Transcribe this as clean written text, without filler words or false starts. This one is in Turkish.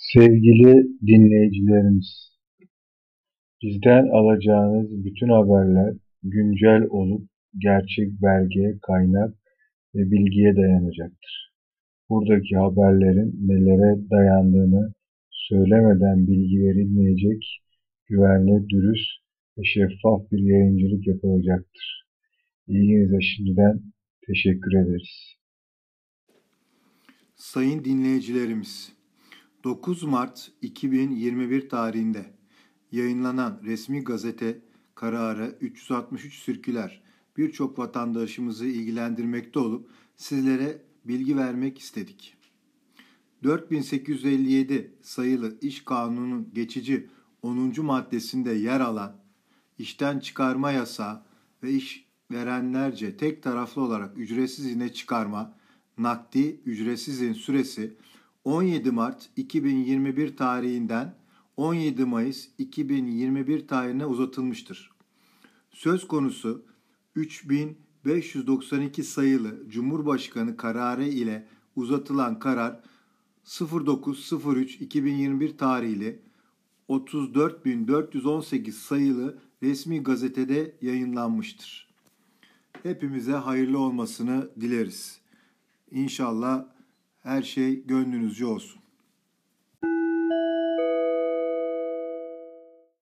Sevgili dinleyicilerimiz, bizden alacağınız bütün haberler güncel olup gerçek belge, kaynak ve bilgiye dayanacaktır. Buradaki haberlerin nelere dayandığını söylemeden bilgi verilmeyecek, güvenli, dürüst ve şeffaf bir yayıncılık yapılacaktır. İlginize şimdiden teşekkür ederiz. Sayın dinleyicilerimiz, 9 Mart 2021 tarihinde yayınlanan resmi gazete kararı 363 sirküler birçok vatandaşımızı ilgilendirmekte olup sizlere bilgi vermek istedik. 4857 sayılı İş Kanunu'nun geçici 10. maddesinde yer alan işten çıkarma yasağı ve işverenlerce tek taraflı olarak ücretsiz izne çıkarma, nakdi ücretsiz izin süresi 17 Mart 2021 tarihinden 17 Mayıs 2021 tarihine uzatılmıştır. Söz konusu 3592 sayılı Cumhurbaşkanı kararı ile uzatılan karar 09.03.2021 tarihli 34.418 sayılı resmi gazetede yayınlanmıştır. Hepimize hayırlı olmasını dileriz. İnşallah her şey gönlünüzce olsun.